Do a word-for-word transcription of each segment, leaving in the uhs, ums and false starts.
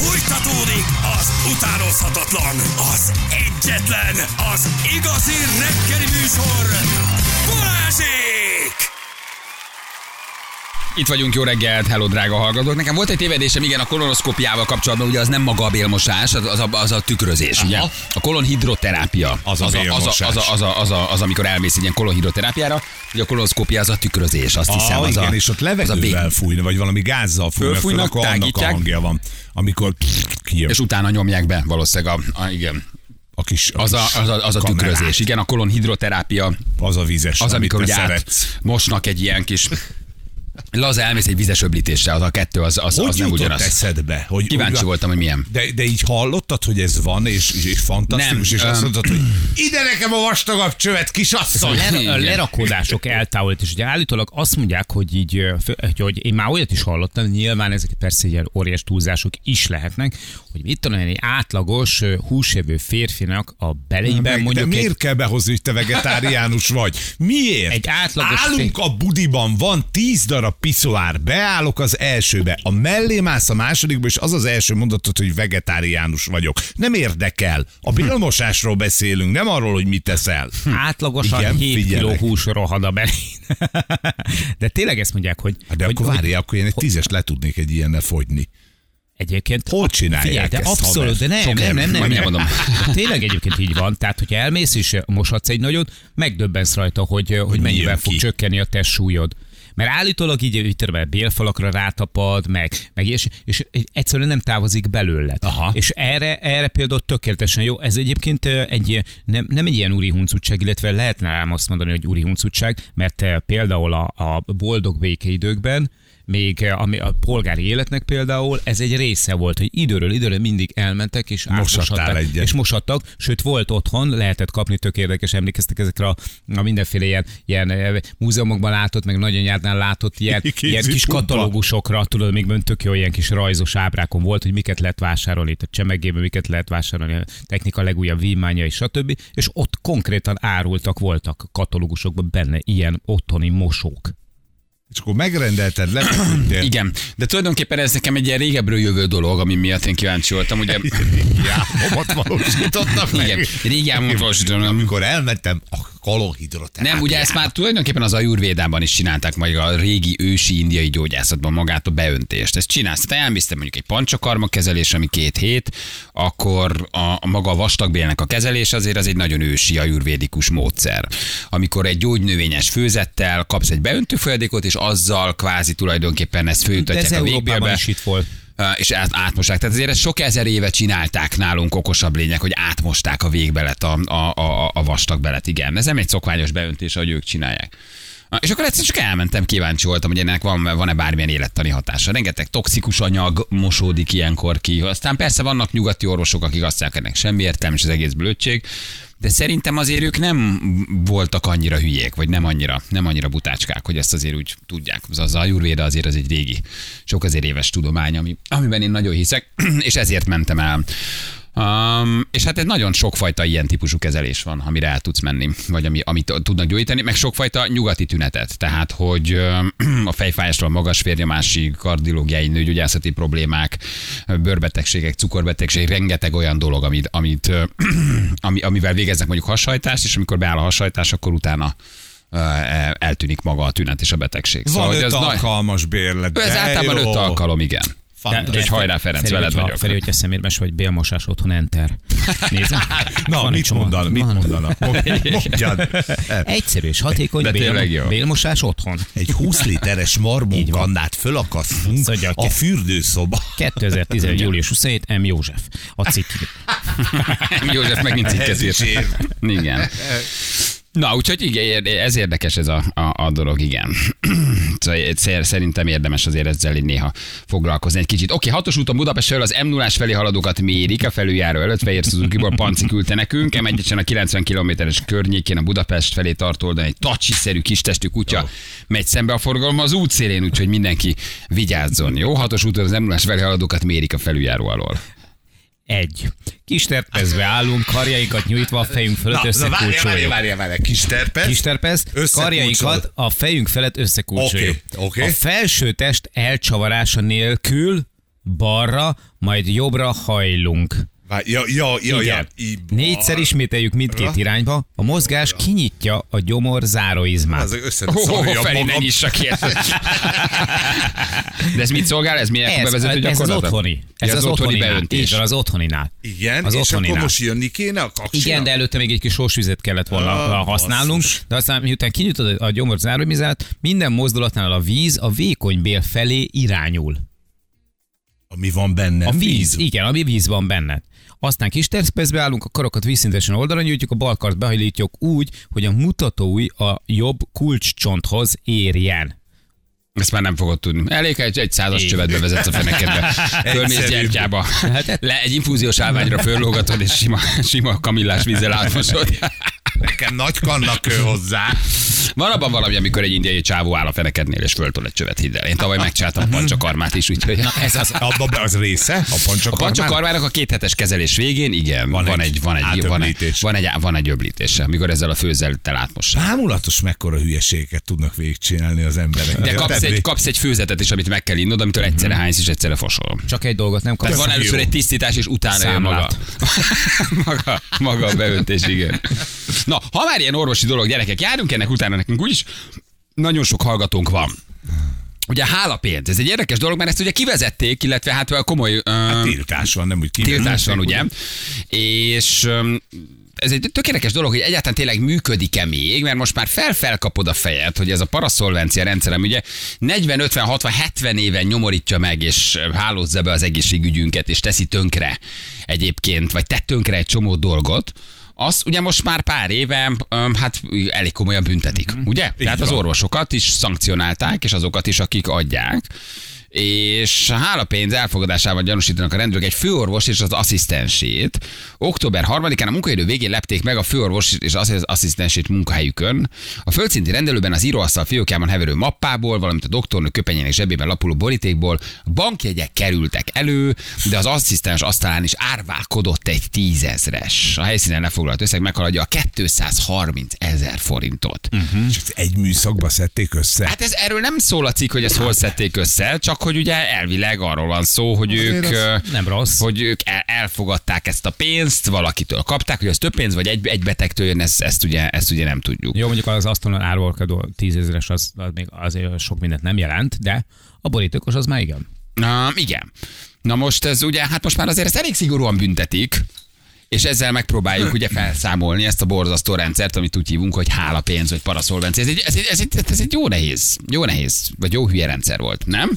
Fújtatódik az utánozhatatlan, az egyetlen, az igazi reggeli műsor, Balázsék! Itt vagyunk, jó reggelt, hello drága hallgatók. Nekem volt egy tévedésem, igen, a kolonoszkópiával kapcsolatban, ugye az nem maga a bélmosás, az, az, a, az a tükrözés, aha. Ugye? A kolonhidroterápia, az a, az, a, az, a, az, a, az, a, az, a, az, amikor elmész egy ilyen kolonhidroterápiára, ugye a kolonoszkópia az a tükrözés, azt hiszem. Ah, az igen, a, és ott levegővel fújni, vagy valami gázzal fújnak, fújnak, akkor annak a hangja van, amikor kijön. És utána nyomják be valószínűleg a, a igen. A kis, a az, a, az, a, az a tükrözés, igen, a kolonhidroterápia. Az a vízes, az, amit amikor te át mosnak egy ilyen kis... Laza elmész egy vizes öblítésre, az a kettő, az, az, az nem ugyanaz. Hogy eszedbe? Hogy kíváncsi úgy, voltam, hogy milyen. De, de így hallottad, hogy ez van, és, és fantasztikus, nem, és azt mondtad, hogy ide nekem a vastagabb csövet, kisasszony! A lerakódások eltávolít, és ugye állítólag azt mondják, hogy így, hogy én már olyat is hallottam, nyilván ezek persze ilyen óriás túlzások is lehetnek, hogy mit tudom, egy átlagos húsevő férfinak a beleiben mondjuk... De miért egy... kell behozni, hogy te vegetáriánus vagy? Miért? Egy átlagos Állunk fér... a budiban, van tíz darab piszoár, beállok az elsőbe, a mellé mász a másodikba, és az az első mondatot, hogy vegetáriánus vagyok. Nem érdekel. A bélmosásról beszélünk, nem arról, hogy mit teszel. Átlagosan igen, hét kiló hús rohad a belén. De tényleg ezt mondják, hogy... De hogy, akkor várjál, akkor én egy tízes le tudnék egy ilyennel fogyni. Egyébként... Hol csinálják figyelj, de ezt, abszolút, de nem, nem, nem, nem, nem, nem. De tényleg egyébként így van. Tehát, hogyha elmész és moshatsz egy nagyot, megdöbbensz rajta, hogy, hogy mennyivel fog csökkenni a testsúlyod. Mert állítólag így, így tudom, bélfalakra rátapad, meg, meg és, és egyszerűen nem távozik belőle. Aha. És erre, erre például tökéletesen jó. Ez egyébként egy, nem, nem egy ilyen úri huncutság, illetve lehetne ám azt mondani, hogy úri huncutság, mert például a, a boldog békeidőkben, még ami a polgári életnek például, ez egy része volt, hogy időről időre mindig elmentek és átmosatták, és mosattak, sőt volt otthon, lehetett kapni, tök érdekes, emlékeztek ezekre a, a mindenféle ilyen, ilyen múzeumokban látott, meg Nagyanyádnál látott ilyen, ilyen kis katalógusokra, tudod, még tök jó ilyen kis rajzos ábrákon volt, hogy miket lehet vásárolni, tehát csemegében miket lehet vásárolni, a technika legújabb vívmányai, stb. És ott konkrétan árultak, voltak katalógusokban benne ilyen otthoni mosók. És akkor megrendelted, lepeküldtél. Igen, de tulajdonképpen ez nekem egy ilyen régebről jövő dolog, ami miatt én kíváncsi voltam, ugye... Jámomat valósítottam meg. Igen, régi álmomat valósítottam. Amikor elmentem a kolonhidroterápiára. Nem, ugye ezt már tulajdonképpen az ajurvédában is csinálták, majd a régi ősi indiai gyógyászatban magát a beöntést. Ezt csinálsz, te elmésztem mondjuk egy pancsakarma kezelés, ami két hét, akkor a, a maga a vastagbélnek a kezelés azért az egy nagyon ősi ajurvédikus módszer. Amikor egy gyógynövényes főzettel kapsz egy beöntő folyadékot, és azzal kvázi tulajdonképpen ezt följutatják a végbélbe. Is itt volt. És át, átmosták. Tehát azért ezt sok ezer éve csinálták nálunk, okosabb lények, hogy átmosták a végbelet, a, a, a, a vastagbelet. Igen, ez nem egy szokványos beöntés, ahogy ők csinálják. És akkor egyszerűen csak elmentem, kíváncsi voltam, hogy ennek van, van-e bármilyen élettani hatása. Rengeteg toxikus anyag mosódik ilyenkor ki. Aztán persze vannak nyugati orvosok, akik azt mondják, ennek semmi értelme, és az egész blödség. De szerintem azért ők nem voltak annyira hülyék, vagy nem annyira, nem annyira butácskák, hogy ezt azért úgy tudják. Az, az ajurvéda azért az egy régi, sok azért éves tudomány, ami, amiben én nagyon hiszek, és ezért mentem el. Um, és hát egy nagyon sokfajta ilyen típusú kezelés van, amire el tudsz menni, vagy ami, amit tudnak gyógyítani, meg sokfajta nyugati tünetet. Tehát, hogy um, a fejfájásról, magas vérnyomási, kardiológiai, nőgyógyászati problémák, bőrbetegségek, cukorbetegség, rengeteg olyan dolog, amit, amit, uh, ami, amivel végeznek mondjuk hasonlítást, és amikor beáll a hasonlítás, akkor utána eltűnik maga a tünet és a betegség. Van szóval, öt alkalmas bérlet. Ez általában öt alkalom, igen. Úgyhogy hajrá, Ferenc, Feri, veled vagyok. Feri, hogyha szemérmes vagy, bélmosás otthon, enter. Nézem. Na, mit mondanak? Mit mondanak? Mondjad. Egyszerű és hatékony bél, bélmosás otthon. Egy húsz literes marmonkannát fölakasztunk a fürdőszoba. kétezer-tizenegy. július huszonhetedike. M. József. A cikk. M. József megint cikket írt. Igen. Na, úgyhogy igen, ez érdekes ez a, a, a dolog, igen. Szerintem érdemes azért ezzel néha foglalkozni egy kicsit. Oké, hatos úton Budapestről az M nullás felé haladókat mérik a felüljáró előtt, Fehér Suzukiból Panci küldte nekünk, M egyesen a kilencven kilométeres környékén a Budapest felé tartó oldalon egy tacsiszerű kistestű kutya megy szembe a forgalom az útszélén, úgyhogy mindenki vigyázzon, jó? Hatos úton az M nullás felé haladókat mérik a felüljáró alól. Egy. Kisterpezve állunk, karjainkat nyújtva a fejünk fölött összekulcsoljuk. Várjál, várjál, várjál, kisterpez. Kisterpez, karjainkat a fejünk felett összekulcsoljuk. Okay, okay. A felső test elcsavarása nélkül balra, majd jobbra hajlunk. Ja, ja, ja, ja. Négyszer ismételjük mindkét irányba, a mozgás kinyitja a gyomor záróizmát. Az összeszorja oh, Feri, ne nyissa ki. De ez mit szolgál? Ez milyen ez, bevezető ez az gyakorlat? otthoni. Ez ja, az, az otthoni otthoni beöntés. Az otthoninál. Igen, az és otthoninál. akkor most jönni kéne a kaksinak? Igen, de előtte még egy kis sósvizet kellett volna ah, használnunk, basszus. De aztán miután kinyitod a gyomor záróizmát, minden mozdulatnál a víz a vékony bél felé irányul. Ami van benne? A víz, víz. Igen, ami víz van benne. Aztán kis terszpeszbe állunk, a karokat vízszintesen oldalra nyújtjuk, a bal kart behajlítjuk úgy, hogy a mutatóujj a jobb kulcscsonthoz érjen. Ezt már nem fogod tudni. Elég, egy, egy százas csövet bevezetsz a fenekedbe. Fölmész gyertyába. Le, egy infúziós állványra föllógatod, és sima, sima kamillás vízzel átmosod. Nekem nagy kanna kő hozzá. Van abban valami, amikor egy indiai csávó áll a fenekednél, és föltol egy csövet, hidd el. Én tavaly megcsináltam a pancsakarmát is, úgyhogy... Na, ez az... Abban be az része? A pancsakarmának? A pancsakarmának a kéthetes kezelés végén, igen, van, van egy, van egy, van egy, van egy, van egy öblítése, amikor ezzel a főzettel átmossák. Bámulatos, mekkora hülyeséget tudnak végigcsinálni az emberek. De kapsz egy, kapsz egy főzetet is, amit meg kell innod, amitől egyszerre hánysz, és egyszerre fosol. Csak egy dolgot nem kapsz. Tehát van először egy tisztítás, és utána jön maga. maga. Maga a beöntés, igen. Na, ha már ilyen orvosi dolog, gyerekek, járunk ennek utána, nekünk úgyis nagyon sok hallgatónk van. Ugye hálapénz, ez egy érdekes dolog, mert ezt ugye kivezették, illetve hát komoly... Uh, hát tiltás van, nem úgy kivezették. Tiltás van, ugye? És... Um, ez egy tök érdekes dolog, hogy egyáltalán tényleg működik-e még, mert most már fel-felkapod a fejed, hogy ez a paraszolvencia rendszerem ugye negyven, ötven, hatvan, hetven éven nyomorítja meg, és hálózza be az egészségügyünket, és teszi tönkre egyébként, vagy tett tönkre egy csomó dolgot, azt ugye most már pár éve hát elég komolyan büntetik, ugye? Így Tehát van. Az orvosokat is szankcionálták, és azokat is, akik adják. És hálapénz elfogadásával gyanúsítanak a rendőrök egy főorvos és az asszisztensét. október harmadikán a munkaidő végén lepték meg a főorvos és az asszisztensét munkahelyükön. A földszinti rendelőben az íróasztal fiókjában heverő mappából, valamint a doktornő köpenyének zsebében lapuló borítékból bankjegyek kerültek elő, de az asszisztens asztalán is árválkodott egy tízezres. A helyszínen lefoglalt összeg meghaladja a kétszázharminc ezer forintot. Uh-huh. És egy műszakba szedték össze? Hát ez erről nem szól a cikk, hogy ezt hol szedték össze, csak hogy ugye elvileg arról van szó, hogy ők, nem rossz. Hogy ők elfogadták ezt a pénzt, valakitől kapták, hogy az több pénz, vagy egy, egy betegtől jön, ezt, ezt, ugye, ezt ugye nem tudjuk. Jó, mondjuk az asztalon árulkodó tízezeres az, az még azért sok mindent nem jelent, de a borítékos az már igen. Na, igen. Na most ez ugye, hát most már azért ezt elég szigorúan büntetik, és ezzel megpróbáljuk ugye felszámolni ezt a borzasztó rendszert, amit úgy hívunk, hogy hálapénz, vagy paraszolvencia. Ez egy, ez, egy, ez, egy, ez egy jó nehéz, jó nehéz, vagy jó hülye rendszer volt, nem?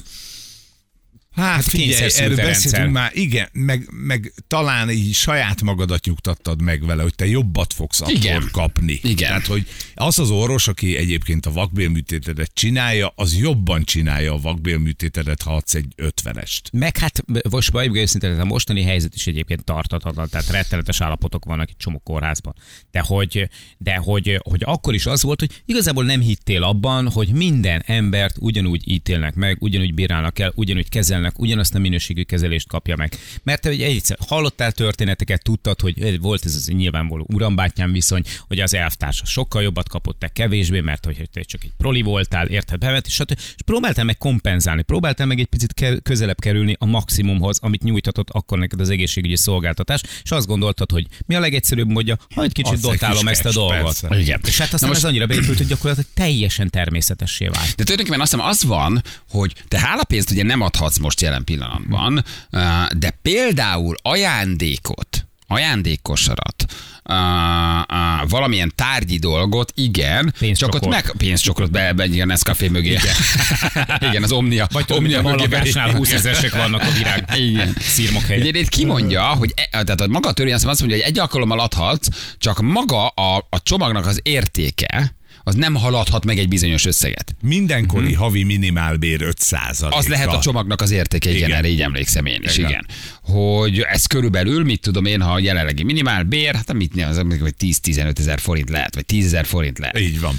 Hát figyelj, erről beszéltünk már, igen, meg, meg talán így saját magadat nyugtattad meg vele, hogy te jobbat fogsz akkor igen. kapni. Igen. Tehát, hogy az az orvos, aki egyébként a vakbélműtétedet csinálja, az jobban csinálja a vakbélműtétedet, ha adsz egy ötvenest. Meg hát most bajjuk őszintén, a mostani helyzet is egyébként tartathatatlan, tehát rettenetes állapotok vannak egy csomó kórházban. De hogy, de hogy, hogy akkor is az volt, hogy igazából nem hittél abban, hogy minden embert ugyanúgy ítélnek meg, ugyanúgy bírálnak el, ugyanúgy kezelnek, ugyanazt a minőségű kezelést kapja meg. Mert te egyszer hallottál történeteket, tudtad, hogy volt ez az nyilvánvaló urambátyám viszony, hogy az elvtársa sokkal jobbat kapott, te kevésbé, mert hogy te csak egy proli voltál, érted, bevet, és, és próbáltál meg kompenzálni, próbáltál meg egy picit közelebb kerülni a maximumhoz, amit nyújtatott akkor neked az egészségügyi szolgáltatás, és azt gondoltad, hogy mi a legegyszerűbb módja, ha egy kicsit dotálom ezt a dolgot. Igen. És hát aztán most... ez annyira beépült, hogy gyakorlatilag teljesen természetessé vált. De tulajdonképpen azt hiszem az van, hogy te hálapénzt ugye nem adhatsz most jelen pillanatban, de például ajándékot, ajándékkosarat, Uh, uh, valamilyen tárgyi dolgot, igen, csak ott meg pénzcsokrot be, be igen, Nescafé mögé. Igen, igen az Omnia. Vagy Omnia mögé húszezresek vannak a virág igen. szirmok helyett. Itt kimondja, hogy e, tehát a maga a törvény azt mondja, hogy egy alkalommal adhatsz, csak maga a, a csomagnak az értéke, az nem haladhat meg egy bizonyos összeget. Mindenkori uh-huh. havi minimálbér öt százaléka. Az lehet a csomagnak az értéke, igen, igen. erre így emlékszem én is, igen. igen. Hogy ez körülbelül, mit tudom én, ha a jelenlegi minimálbér, hát mit nem, az tíz-tizenöt ezer forint lehet, vagy tízezer forint lehet. Így van.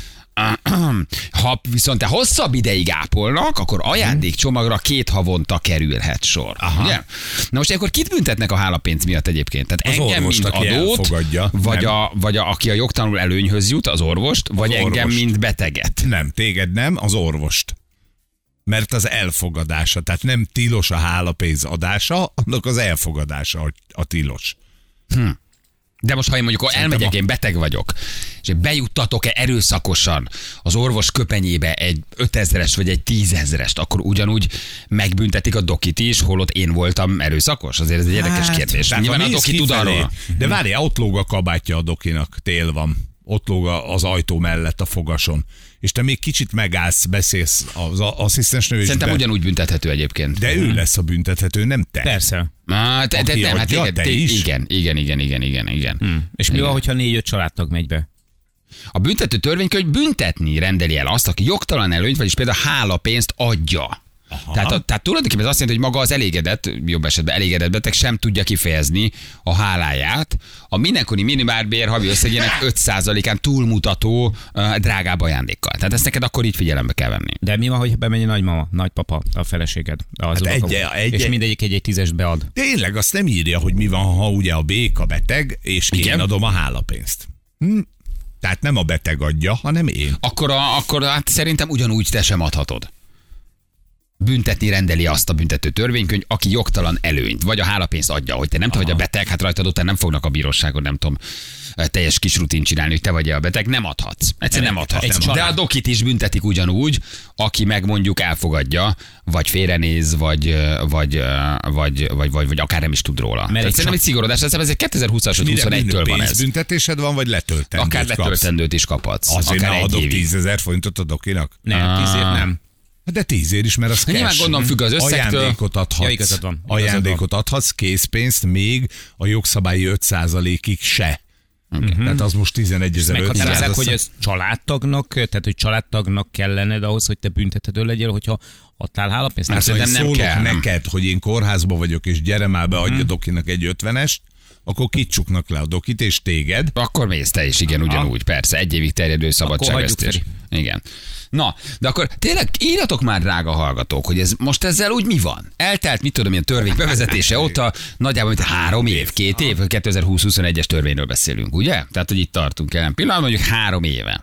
Ha viszont te hosszabb ideig ápolnak, akkor ajándékcsomagra két havonta kerülhet sor. Aha. Ugye? Na most akkor kit büntetnek a hálapénz miatt egyébként? Tehát az engem, orvost, mint adót, vagy, a, vagy a, aki a jogtalanul előnyhöz jut, az orvost, az vagy orvost. Engem, mint beteget? Nem, téged nem, az orvost. Mert az elfogadása, tehát nem tilos a hálapénz adása, annak az elfogadása a, a tilos. Hm. De most, ha én mondjuk Szerintem elmegyek, a... én beteg vagyok, és bejuttatok-e erőszakosan az orvos köpenyébe egy ötezres vagy egy tízezrest, akkor ugyanúgy megbüntetik a dokit is, holott én voltam erőszakos? Azért ez egy érdekes kérdés. Tehát Nyilván ha a néz doki tud kifelé, arról. De várjál, ott lóg a kabátja a dokinak, tél van. Ott lóg az ajtó mellett a fogason. És te még kicsit megállsz, beszélsz az asszisztensnő. Szerintem be... ugyanúgy büntethető egyébként. De ő lesz a büntethető, nem te. Persze. Ah, te, te, Aki nem, hát adja, igen, te te, is? igen, igen, igen, igen, igen, igen. Hmm. És mi Igen. van, hogyha négy-öt családtag megy be? A büntető törvénykönyv büntetni rendeli el azt, aki jogtalan előnyt, vagyis például hálapénzt adja. Tehát, a, tehát tulajdonképpen ez azt jelenti, hogy maga az elégedett, jobb esetben elégedett beteg sem tudja kifejezni a háláját. A mindenkori minimálbér havi összegének öt százalékán túlmutató uh, drágább ajándékkal. Tehát ezt neked akkor így figyelembe kell venni. De mi van, hogyha bemegy a nagymama, nagypapa, a feleséged? Az Hát unoka- egy- egy- és mindegyik egy-egy tízest bead. Tényleg azt nem írja, hogy mi van, ha ugye a béka beteg, és én Igen? adom a hálapénzt. Hm? Tehát nem a beteg adja, hanem én. Akkor, a, akkor hát szerintem ugyanúgy te sem adhatod. Büntetni rendeli azt a büntető törvénykönyv, aki jogtalan előnyt, vagy a hálapénzt adja, hogy te nem te vagy a beteg, hát rajtad után nem fognak a bíróságon, nem tudom, teljes kis rutin csinálni, hogy te vagy a beteg, nem adhatsz. Egyszerűen nem adhatsz. Egy De család. a dokit is büntetik ugyanúgy, aki meg mondjuk elfogadja, vagy félrenéz, vagy, vagy, vagy, vagy, vagy, vagy akár nem is tud róla. Tehát szerintem egy szigorodás, ez egy kétezer-húszas vagy huszonegytől van ez. Pénzbüntetésed van, vagy letöltendőt Akár kapsz? letöltendőt is kaphatsz. Azért akár ne egy adok évig. tízezer forintot a dokinak? Nem, tízért nem. De tízért is, mert az Nyilván cash. gondolom függ az összegtől. Ajándékot adhatsz. Ja, igazad van, igazad Ajándékot adhatsz, készpénzt még a jogszabályi öt százalékig se. Okay. Tehát az most tizenegyezer-ötszáz. Meghatározzák, hogy ez családtagnak, tehát hogy családtagnak kellened ahhoz, hogy te büntethető legyél, hogyha adtál hálapénzt? Mert Szerintem ha nem szólok kell, nem. neked, hogy én kórházba vagyok, és gyere már be, adja dokinak egy ötvenest, akkor kicsuknak le a dokit, és téged. Akkor mész te is, igen, ugyanúgy, persze. Egy évig terjedő szabadságvesztés. Igen. Na, de akkor tényleg írjatok már, drága hallgatók, hogy ez most ezzel úgy mi van? Eltelt, mit tudom, ilyen törvény bevezetése óta nagyjából mint három év, két év, kétezer-húsz-huszonegyes törvényről beszélünk, ugye? Tehát, hogy itt tartunk el. Pillanat, mondjuk három éve.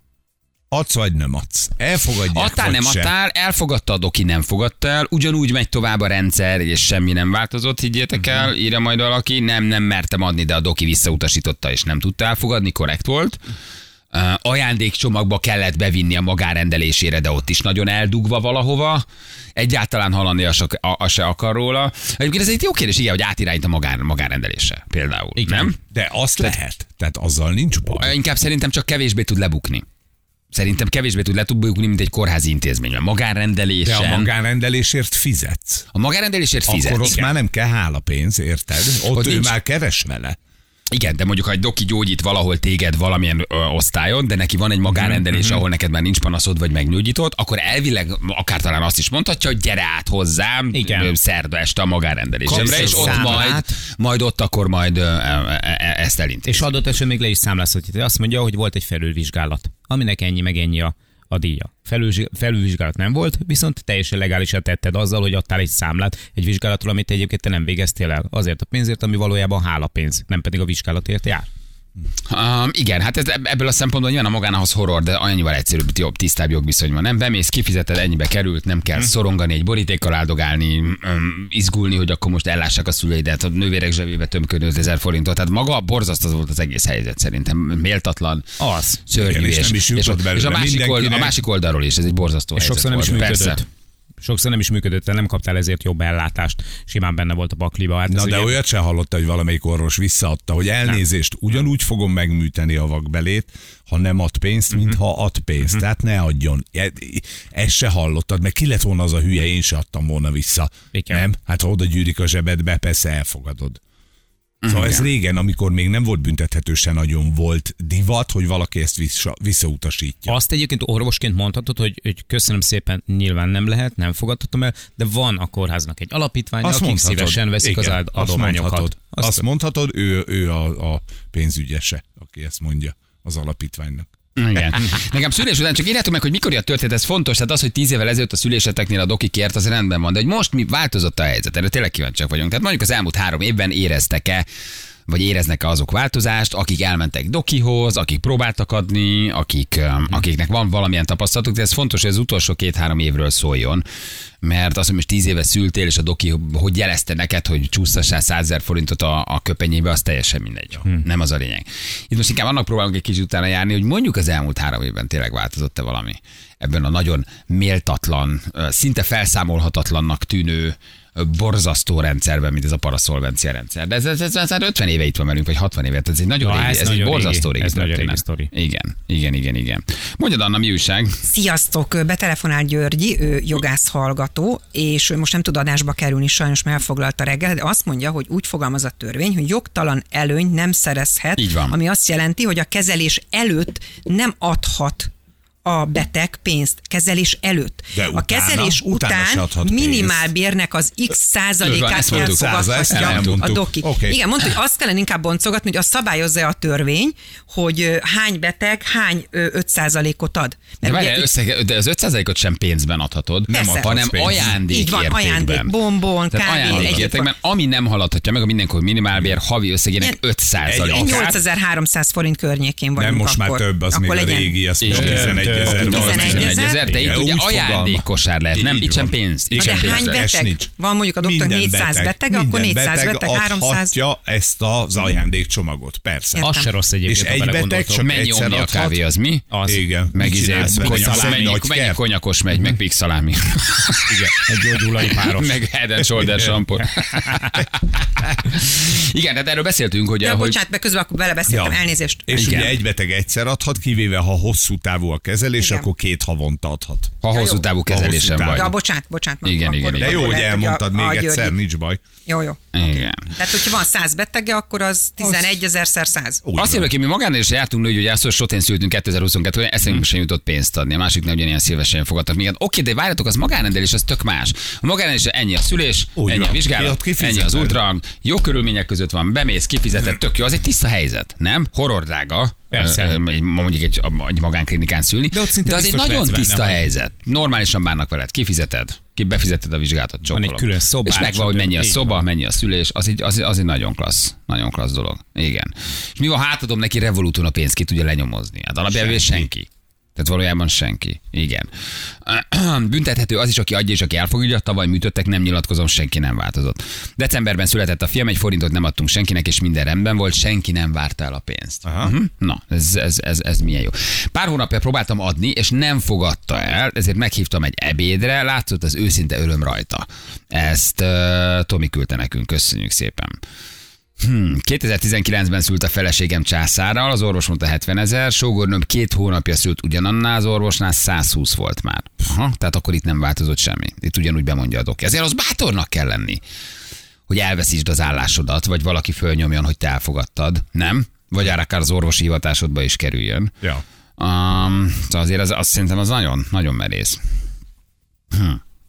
Adsz vagy nem adsz. Elfogadják Adtál, vagy nem sem. adtál, elfogadta a doki, nem fogadta el, ugyanúgy megy tovább a rendszer, és semmi nem változott, higgyétek el, írja majd valaki, nem, nem mertem adni, de a doki visszautasította, és nem tudta elfogadni, korrekt volt. Uh, ajándékcsomagba kellett bevinni a magárendelésére, de ott is nagyon eldugva valahova. Egyáltalán hallani a, a, a se akar róla. Egyébként ez egy jó kérdés, igen, hogy átirányít a magán, magárendelésre például. Igen. Nem? De azt lehet. Tehát azzal nincs baj. Inkább szerintem csak kevésbé tud lebukni. Szerintem kevésbé tud lebukni, mint egy kórházi intézmény. A magánrendelésen... De a magánrendelésért fizetsz. A magánrendelésért fizet. Akkor ott igen. már nem kell hálapénz, érted? Ott, Ott ő nincs. már keres vele. Igen, de mondjuk, ha egy doki gyógyít valahol téged valamilyen ö, osztályon, de neki van egy magánrendelés, ahol neked már nincs panaszod, vagy megnyógyított, akkor elvileg akár talán azt is mondhatja, hogy gyere át hozzám Igen. ö, szerda este a magánrendelésemre, Kapsz és egy ott számlát. majd, majd ott akkor majd ö, e, e, ezt elintéz. És adott esetben még le is számlázhatja. Azt mondja, hogy volt egy felülvizsgálat, aminek ennyi meg ennyi a, a díja. Felülvizs- felülvizsgálat nem volt, viszont teljesen legálisan tetted azzal, hogy adtál egy számlát egy vizsgálatról, amit egyébként te nem végeztél el. Azért a pénzért, ami valójában hálapénz, nem pedig a vizsgálatért jár. Um, igen, hát ez, ebből a szempontból nyilván a magánához horror, de annyival egyszerűbb, jobb, tisztább jogviszony van. Nem bemész, kifizeted, ennyibe került, nem kell szorongani, egy borítékkal áldogálni, um, izgulni, hogy akkor most ellássák a szüleidet, a nővérek zsebébe tömködni ötezer forintot. Tehát maga borzasztó volt az egész helyzet szerintem. Méltatlan, Az. szörnyű. Igen, és nem is jutott és, belőle és a, másik old, a mindenkinek. másik oldalról is, ez egy borzasztó És helyzet sokszor nem is volt. működött. Persze. Sokszor nem is működött, te nem kaptál ezért jobb ellátást. Simán benne volt a pakliba. Hát Na ez de ugye- olyat sem hallotta, hogy valamelyik orvos visszaadta, hogy elnézést, ugyanúgy fogom megműteni a vakbelét, ha nem ad pénzt, mint ha ad pénzt. Tehát ne adjon. E- Ezt se hallottad, mert ki lett volna az a hülye, én se adtam volna vissza. Igen. Nem? Hát ha oda gyűrik a zsebedbe, persze elfogadod. Szóval ez régen, amikor még nem volt büntethető, se nagyon volt divat, hogy valaki ezt vissza, visszautasítja. Azt egyébként orvosként mondhatod, hogy, hogy köszönöm szépen, nyilván nem lehet, nem fogadhatom el, de van a kórháznak egy alapítvány, akik mondhatod. szívesen veszik Igen, az ad- azt adományokat. mondhatod. Azt, Azt mondhatod, ő, ő a, a pénzügyese, aki ezt mondja az alapítványnak. Igen. Nekem szülés után csak írjátok meg, hogy mikor a történet, ez fontos, tehát az, hogy tíz évvel ezelőtt a szüléseteknél a doki kért, az rendben van, de hogy most mi változott a helyzet, erre tényleg kíváncsiak vagyunk. Tehát mondjuk az elmúlt három évben éreztek-e vagy éreznek-e azok változást, akik elmentek dokihoz, akik próbáltak adni, akik, hmm. akiknek van valamilyen tapasztalatuk, de ez fontos, hogy az utolsó két-három évről szóljon, mert az, hogy most tíz éve szültél, és a doki hogy jelezte neked, hogy csúsztassál százezer forintot a, a köpenyébe, az teljesen mindegy. Hmm. Nem az a lényeg. Itt most inkább annak próbálunk egy kicsit utána járni, hogy mondjuk az elmúlt három évben tényleg változott-e valami ebben a nagyon méltatlan, szinte felszámolhatatlannak tűnő borzasztó rendszerben, mint ez a paraszolvencia rendszer. De ez, ez, ez, ez ötven éve itt van velünk, vagy hatvan éve, ez egy nagyon ja, régi, ez, ez nagyon egy borzasztó régi, ez nagyon régi sztori. Igen, igen, igen, igen. Mondjad, Anna, mi újság? Sziasztok! Betelefonál Györgyi, ő jogász hallgató, és ő most nem tud adásba kerülni, sajnos mert elfoglalta reggel, de azt mondja, hogy úgy fogalmaz a törvény, hogy jogtalan előny nem szerezhet, ami azt jelenti, hogy a kezelés előtt nem adhat a beteg pénzt kezelés előtt. De a utána, kezelés utána után minimálbérnek az x százalékát elfogadhatja a doki. Okay. Igen, mondta, hogy azt kellene inkább boncogatni, hogy azt szabályozza a törvény, hogy hány beteg hány öt százalékot ad. De, ugye, összeg, de az öt százalékot sem pénzben adhatod, nem ad, hanem ajándék így van, értékben. ajándék, bombon, ajándék értékben, ami nem haladhatja meg a mindenkor minimálbér havi összegének öt százalékát. nyolcezer-háromszáz forint környékén vagyunk. Nem, most akkor. Már több, az még a régi, az tizenegy ezer. De itt ugye ajándékkosár lehet, nem itt sem pénz. De hány beteg? Van mondjuk a doktor négyszáz beteg, akkor négyszáz beteg, háromszáz. Adhatja ezt az ajándékcsomagot, persze. Az se rossz egyébként, és egy beteg csak mennyi omni a kávé, az mi? Az. Igen. Meg mennyi konyakos megy, meg pig szalámi. Igen. Egy gyógyulai páros. Meg Head and Shoulder shampoo. Igen, tehát erről beszéltünk, hogy... De bocsánat, meg közben akkor belebeszéltem, elnézést. És ugye egy beteg egyszer adhat, kivéve ha hosszú távú a kezelés, igen. akkor két havonta adhat. Ha hosszú távú kezelésen vagy. Ja, bocsánat, bocsánat. Igen, igen, igen. De jó, hogy elmondtad még egyszer, nincs baj. Jó, jó. Igen. Tehát, hogyha van száz betege, akkor az tizenegyezerszer száz. Azt jövök, mi magánál is jártunk, hogy azt, hogy sotén szültünk kétezer-huszonkettőben, eszembe sem jutott pénzt adni. A másik nem ugyanilyen szívesen fogadtak minket. Oké, de várjatok, az magánrendelés, az tök más. A magánrendelés ennyi a szülés, úgy ennyi van, a vizsgálat, ennyi az ultrahang, jó körülmények között van, bemész, kifizetett, tök jó, az egy tiszta helyzet, nem? Horror drága. Persze. Mondjuk egy, egy magánklinikán szülni, de, de az egy nagyon tiszta benne, helyzet. Normálisan bánnak veled, kifizeted, ki befizeted a vizsgálatot, csókolom. Van egy külön szoba. És megvan, hogy mennyi a szoba, mennyi a szülés, az egy, az, az egy nagyon klassz, nagyon klassz dolog. Igen. És mi van, hátadom neki Revoluton a pénzt, ki tudja lenyomozni? Hát alapjában senki. senki. Tehát valójában senki. Igen. Büntethető az is, aki adja és aki elfogadja, tavaly műtöttek, nem nyilatkozom, senki nem változott. Decemberben született a fiam, egy forintot nem adtunk senkinek, és minden rendben volt, senki nem várta el a pénzt. Uh-huh. Na, ez, ez, ez, ez milyen jó. Pár hónapja próbáltam adni, és nem fogadta el, ezért meghívtam egy ebédre, látszott az őszinte öröm rajta. Ezt uh, Tomi küldte nekünk, köszönjük szépen. Hmm. kétezer-tizenkilencben szült a feleségem császárral, az orvos mondta hetvenezer, sógornőm két hónapja szült ugyanannál az orvosnál, százhúsz volt már. Aha, tehát akkor itt nem változott semmi. Itt ugyanúgy bemondja a doki. Ezért az bátornak kell lenni, hogy elveszítsd az állásodat, vagy valaki fölnyomjon, hogy te elfogadtad, nem? Vagy akár az orvosi hivatásodba is kerüljön. Ja. Um, szóval azért az, azt szerintem az nagyon, nagyon merész. Hm.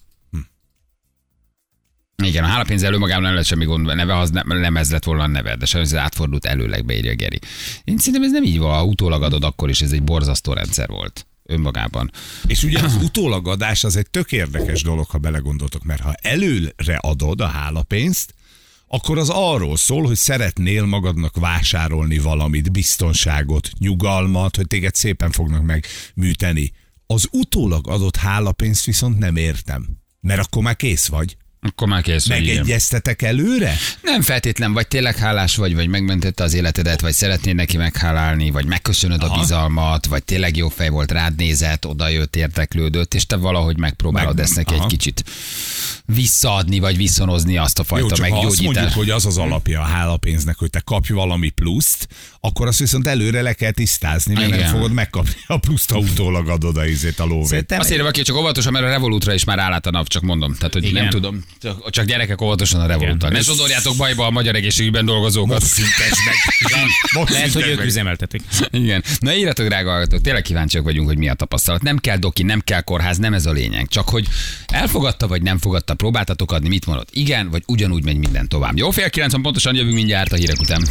Igen, a hálapénz előmagában nem lett semmi gond, neve, az nem, nem ez lett volna a neve, de sajnos ez átfordult előleg, beírja Geri. Én szerintem ez nem így van, ha utólag adod, akkor is ez egy borzasztó rendszer volt önmagában. És ugye az utólagadás az egy tök érdekes dolog, ha belegondoltok, mert ha előre adod a hálapénzt, akkor az arról szól, hogy szeretnél magadnak vásárolni valamit, biztonságot, nyugalmat, hogy téged szépen fognak megműteni. Az utólag adott hálapénzt viszont nem értem, mert akkor már kész vagy. Akkor már kész, megegyeztetek előre? Nem feltétlen, vagy tényleg hálás vagy, vagy megmentette az életedet, vagy szeretnél neki meghálálni, vagy megköszönöd Aha. a bizalmat, vagy tényleg jó fej volt, rád nézett, odajött, érdeklődött, és te valahogy megpróbálod Meg, ezt neki Aha. egy kicsit visszaadni, vagy viszonozni azt a fajta meggyógyítást. Ha azt mondjuk, hogy az az alapja a hálapénznek, hogy te kapj valami pluszt, akkor azt viszont előre le kell tisztázni, mert Igen. nem fogod megkapni a pluszt, ha utólag adod a izét a lóvét. Azt írja valaki, csak óvatosan, mert a Revolutra is már rálát a nap, csak mondom. Tehát, hogy Igen. nem tudom. Csak gyerekek óvatosan a Revolutra. Ne sodorjátok bajba a magyar egészségügyben dolgozókat. Most szintes meg. Most Lehet, hogy ők üzemeltetik. Igen. Na írjatok, drága hallgatók, tényleg kíváncsiak vagyunk, hogy mi a tapasztalat. Nem kell doki, nem kell kórház, nem ez a lényeg. Csak hogy elfogadta vagy nem fogadta, próbáltatok adni, mit mondott? Igen, vagy ugyanúgy megy minden tovább. Jó, fél kilencven pontosan jövünk mindjárt a hírek után.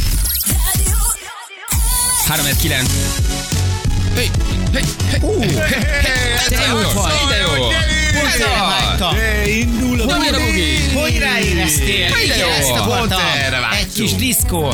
három kilenc. Hey, hey, hey, hey, hey, hey, hey, hey, hey, hey, hey, hey, hey, hey, hey, hey, hey, hey, Indul a bugi! Hogy ráéreztél? Ide jó! Ezt akartam! Egy kis diszkó!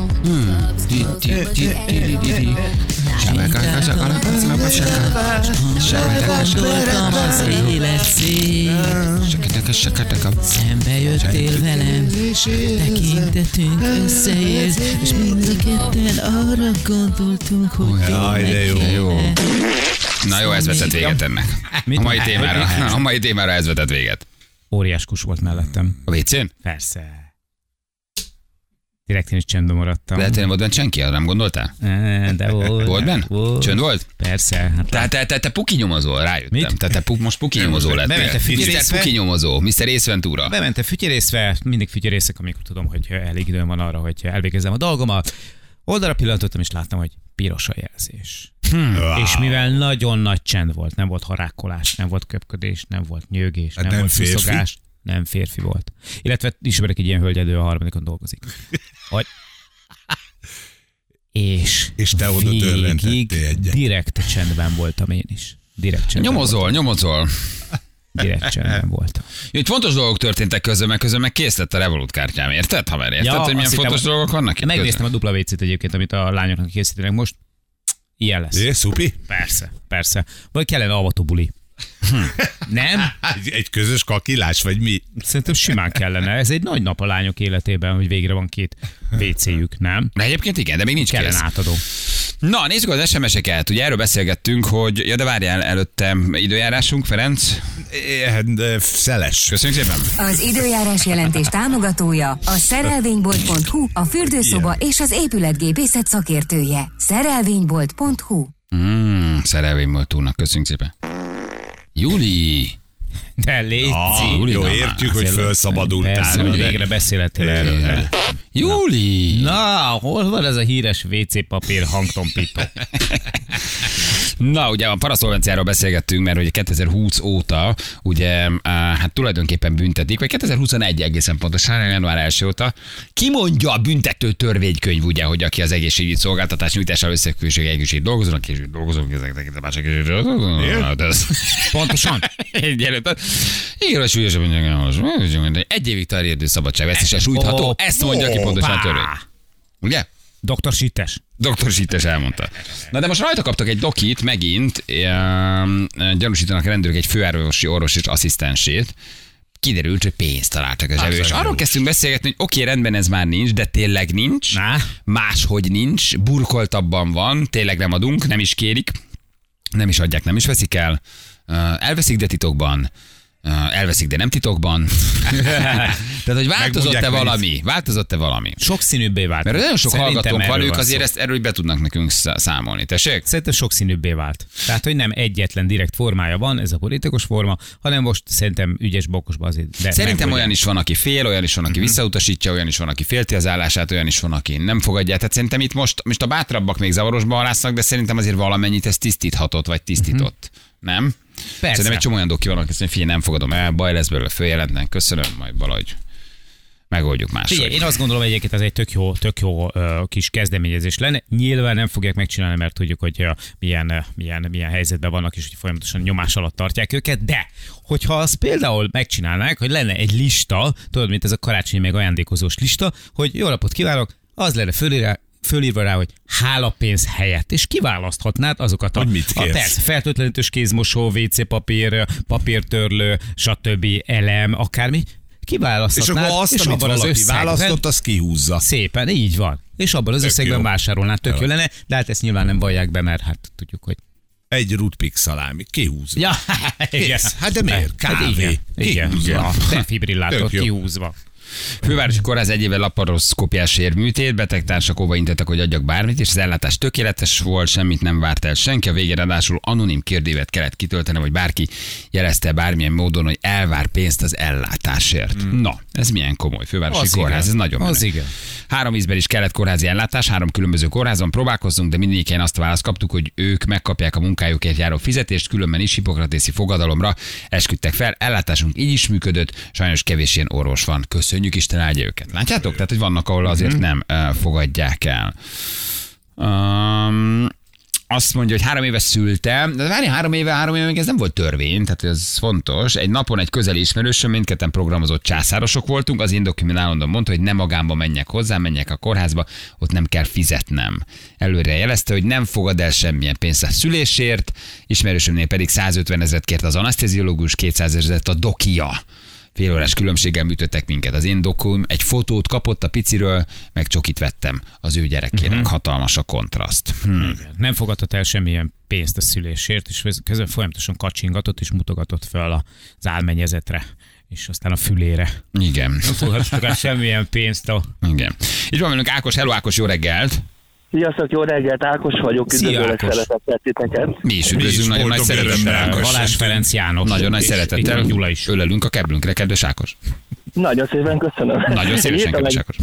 Gondoltam az élet szél, szembe jöttél velem, tekintetünk összeért, és mind a ketten arra gondoltunk, hogy Jaj, de jó. Jó. Na jó, ez vetett véget ennek. A mai témára, a mai témára ez vetett véget. Óriás kus volt mellettem. A vécén? Persze. Direkt én is csendben maradtam. Lehet, hogy nem volt benne senki, nem gondoltál? De volt. Volt benne? Volt. Csönd volt? Persze. Hát Te, te, te, te puki nyomozol, rájöttem. Mit? Te, te pu, most puki nyomozó lettél. Bemente fügyerészve. miszter Puki nyomozó, miszter Ace Ventura. bementem fügyerészve, mindig fügyerészek, amikor tudom, hogy elég időm van arra, hogy elvégezzem a dolgomat. Oldalra pillantottam, és láttam, hogy piros a jelzés. Hmm. Wow. És mivel nagyon nagy csend volt, nem volt harákolás, nem volt köpködés, nem volt nyögés, Hát nem, nem volt férfi? szuszogás, nem férfi volt. Illetve ismerek egy ilyen hölgyedő, a harmadikon dolgozik. Hogy... És, És te oda végig törrentettél egyet. direkt csendben voltam én is. Direkt csendben Nyomozol, voltam. nyomozol. Direkt csendben voltam. Itt fontos dolgok történtek közben, meg közben meg kész lett a Revolut kártyám, érted? Haver, érted, Ja, hogy milyen azt fontos hittem, dolgok vannak itt Megnéztem közben? a dupla vécét egyébként, amit a lányoknak készítenek most. Ilyen lesz. É, szupi? Persze, persze. Vagy kellene avató-buli. Nem? Egy, egy közös kakilás, vagy mi? Szerintem simán kellene. Ez egy nagy nap a lányok életében, hogy végre van két vécéjük, nem? De egyébként igen, de még nincs Kellene kész. átadó. Na, nézzük az es em es-eket. Ugye erről beszélgettünk, hogy, ja, de várjál, előtte időjárásunk, Ferenc. É, de szeles. Köszönjük szépen. Az időjárás jelentés támogatója a szerelvénybolt pont hu, a fürdőszoba és az épületgépészet szakértője. szerelvénybolt pont hu. Mm, szerelvénybolt úrnak, köszönjük szépen. Júli. De légy Ah, Júli, jó, na, értjük, már, hogy Persze, felszabadultál. hogy de- végre beszélhettél erről. Júli. Na, hol van ez a híres vé cé papír hangtompító? Na, ugye a paraszolvenciáról beszélgettünk, mert ugye kétezer-húsz óta, ugye, á, hát tulajdonképpen büntetik, vagy kétezer-huszonegy egészen pontosan, január első óta, kimondja a büntető törvénykönyv, ugye, hogy aki az egészségügyi szolgáltatás nyújtással összefüggésig egészségügyi dolgozónak, és dolgozók, ezek tekintve más egészségügyi dolgozók. Pontosan. Egyenlőtt. Igen, a súlyosabb, egy évig terjedő szabadságvesztéssel sújtható, ezt mondja ki pontosan a törvény. Ugye? doktor Sittes. doktor Sittes elmondta. Na de most rajta kaptak egy dokit megint, ehm, gyanúsítanak rendőrök egy főorvosi orvos és asszisztensét. Kiderült, hogy pénzt találtak a zsebébe. És arról kezdtünk beszélgetni, hogy oké, rendben ez már nincs, de tényleg nincs. Na? Máshogy nincs, burkoltabban van, tényleg nem adunk, nem is kérik, nem is adják, nem is veszik el. Elveszik, de titokban. Elveszik, de nem titokban. Tehát, hogy változott-e Megmondják, valami? Változott-e valami? Sokszínűbbé vált. Mert nagyon sok Szerintem hallgatónk van, erről ők van azért szó. ezt erről be tudnak nekünk szá- számolni. Tessék? Szerintem sokszínűbbé vált. Tehát, hogy nem egyetlen direkt formája van, ez a politikus forma, hanem most szerintem ügyes bokosba azért. De Szerintem megmondják. olyan is van, aki fél, olyan is van, aki visszautasítja, olyan is van, aki félti az állását, olyan is van, aki nem fogadja. Tehát szerintem itt most, most a bátrabbak még zavarosba halásznak, de szerintem azért valamennyit ez tisztíthatott, vagy tisztított. Nem? Persze. Szerintem egy csomó olyan doki van, aki azt mondja, figyelj, nem fogadom el, baj lesz belőle, följelentnek, köszönöm, majd valahogy megoldjuk máshogy. Figyelj, én azt gondolom egyébként ez egy tök jó, tök jó uh, kis kezdeményezés lenne. Nyilván nem fogják megcsinálni, mert tudjuk, hogy uh, milyen, uh, milyen, milyen helyzetben vannak, és hogy folyamatosan nyomás alatt tartják őket, de hogyha azt például megcsinálnák, hogy lenne egy lista, tudod, mint ez a karácsonyi meg ajándékozós lista, hogy jó napot kívánok, az lenne fölírva, fölírva rá, hogy hálapénz helyett, és kiválaszthatnád azokat a, Hogy mit a kérsz? persze, fertőtlenítős kézmosó, vé cé papír, papírtörlő, stb. Elem, akármi, És kiválaszthatnád, akkor azt, amit abban az valaki összegben- választott, az kihúzza. Szépen, így van. És abban az Tök összegben jó. vásárolnál, tök jó Jó. lenne, de hát ezt nyilván nem vallják be, mert hát tudjuk, hogy... Egy rutpik szalámi, kihúzza. Ja, igen. Kész. Hát de miért? Hát Kávé. igen, igen. Kihúzza. A defibrillátor Tök jó. kihúzva. Fővárosi Kórház egy éve laparoszkópiás érműtét, betegtársak óva intettek, hogy adjak bármit, és az ellátás tökéletes volt, semmit nem várt el senki. A végén ráadásul anonim kérdévet kellett kitölteni, hogy bárki jelezte bármilyen módon, hogy elvár pénzt az ellátásért. Mm. Na, ez milyen komoly. Fővárosi Az Kórház, igen. ez nagyon Az menő. igen. Három ízben is kellett kórházi ellátás, három különböző kórházon próbálkoztunk, de mindegyiken azt a választ kaptuk, hogy ők megkapják a munkájukért járó fizetést, különben is hipokratészi fogadalomra esküdtek fel. Ellátásunk így is működött, sajnos kevés ilyen orvos van. Köszönjük, Isten áldja őket. Látjátok? Tehát, hogy vannak, ahol azért nem uh, fogadják el. Um, azt mondja, hogy három éve szültem, de várj, három éve, három éve még ez nem volt törvény, tehát ez fontos. Egy napon egy közeli ismerősöm, mindketten programozott császárosok voltunk, az én dokumen állandóan mondta, hogy nem magámba menjek hozzá, menjek a kórházba, ott nem kell fizetnem. Előre jelezte, hogy nem fogad el semmilyen pénzt a szülésért, ismerősömnél pedig százötven ezret kért az aneszteziológus, kétszáz ezret a dokia. Fél órás különbséggel műtöttek minket. Az én dokum egy fotót kapott a piciről, meg csokit vettem az ő gyerekének. Uh-huh. Hatalmas a kontraszt. Hmm. Nem fogadott el semmilyen pénzt a szülésért, és közben folyamatosan kacsingatott, és mutogatott fel az álmennyezetre, és aztán a fülére. Igen. Nem fogadott el semmilyen pénzt. A... Igen. Itt van velünk Ákos. Hello Ákos, jó reggelt! Sziasztok, jó reggelt, Ákos vagyok, üdvözlök szeretettel titeket. Mi is üdvözlünk, nagyon nagy szeretettel. Balázs Ferenc János. Nagyon nagy szeretettel. Gyula is. Ölelünk a keblünkre, kedves Ákos. Nagyon szépen köszönöm. Nagyon szívesen, kedves Ákos.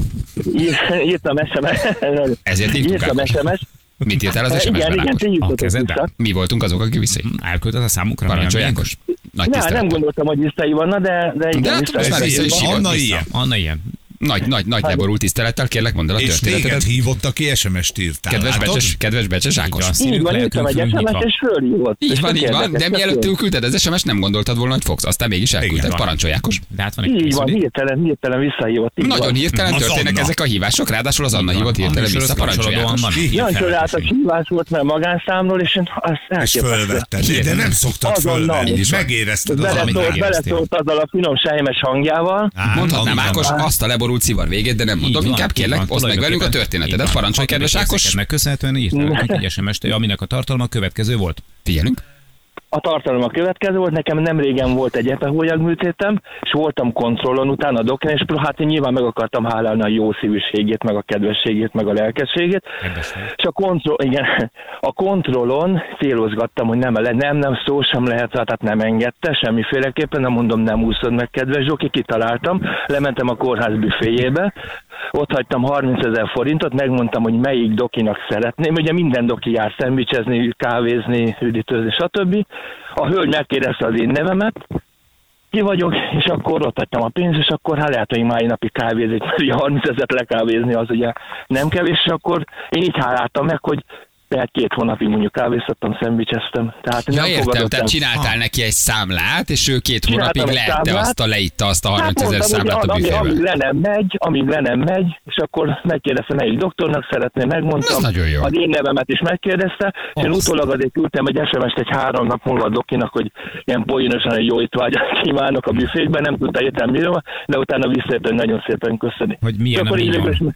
Írtam es em es. Ezért írtunk, Írtam es em es. Mit írtál az es em es-ben, Ákos? Mi voltunk azok, akik vissza. Elküldted a számunkra? Parancsolj, Ákos. Nagy Na, nem gondoltam, hogy visszai vanna, de, de igen. De hát most már vissza is Anna ilyen. Anna ilyen. Nagy, nagy, nagy leborult tisztelettel, kérlek, mondd el a történetet. És téged hívott, aki es em es-t írtál. Kedves becses, kedves becses Ákos. Így van, írtam egy es em es-t, és fölhívott. Így van, így van, de mielőtt ő küldted az es em es-t, nem gondoltad volna, hogy fogsz. Aztán mégis elküldted. Parancsolj, Ákos. Így van, hirtelen, hirtelen visszahívott. Nagyon hirtelen történnek ezek a hívások, ráadásul az Anna hívott hirtelen vissza. Parancsolj, Ákos. Jancsolj át a hívás volt, mert magánszámról, és én azt elképesztett. De nem szoktad fölvenni, megérezted az, amit megéreztél. Beleszólt azzal a finom sejmes hangjával. Mondhatnám, Ákos, azt a leborult szivar végét, de nem mondom, inkább kérlek, oszd meg velünk a történetedet. Parancsolj, kedves Ákos. Megköszönhetően írtál egy es em es-t, aminek a tartalma következő volt. Figyelünk. A tartalom a következő volt, nekem nem régen volt egy epehólyag műtétem, és voltam kontrollon utána a dokken, és hát én nyilván meg akartam hálálni a jó szívűségét, meg a kedvességét, meg a lelkességét. És a, kontroll, igen, a kontrollon félozgattam, hogy nem, nem, nem szó sem lehet, tehát nem engedte semmiféleképpen, nem mondom, nem úszod meg, kedves Zsoki, kitaláltam, lementem a kórház büféjébe, ott hagytam harmincezer forintot, megmondtam, hogy melyik dokinak szeretném, ugye minden doki jár szendvicsezni, kávézni, üdítőzni, stb. A hölgy megkérdezte az én nevemet, ki vagyok, és akkor ott hagytam a pénzt, és akkor hát lehet, hogy mai napi kávézik, mert ugye harmincezret lekávézni az ugye nem kevés, és akkor én így háláltam meg, hogy tehát két hónapig mondjuk kávéztattam, szendvicseztem. Tehát ja, nem értem, tehát csináltál ha. neki egy számlát, és ő két hónapig lehette azt a, leitta azt a harmincezer számlát a büfébe. Amíg le nem megy, amíg le nem megy, és akkor megkérdezte, melyik doktornak szeretné, megmondtam. Az én nevemet is megkérdezte, és én utólag azért küldtem egy es em es-t egy három nap múlva a dokinak, hogy ilyen poénosan egy jó étvágyat kívánok a büfékben, nem tudta értem miről, de utána visszaért, hogy nagyon szépen köszöni. Hogy milyen a millió.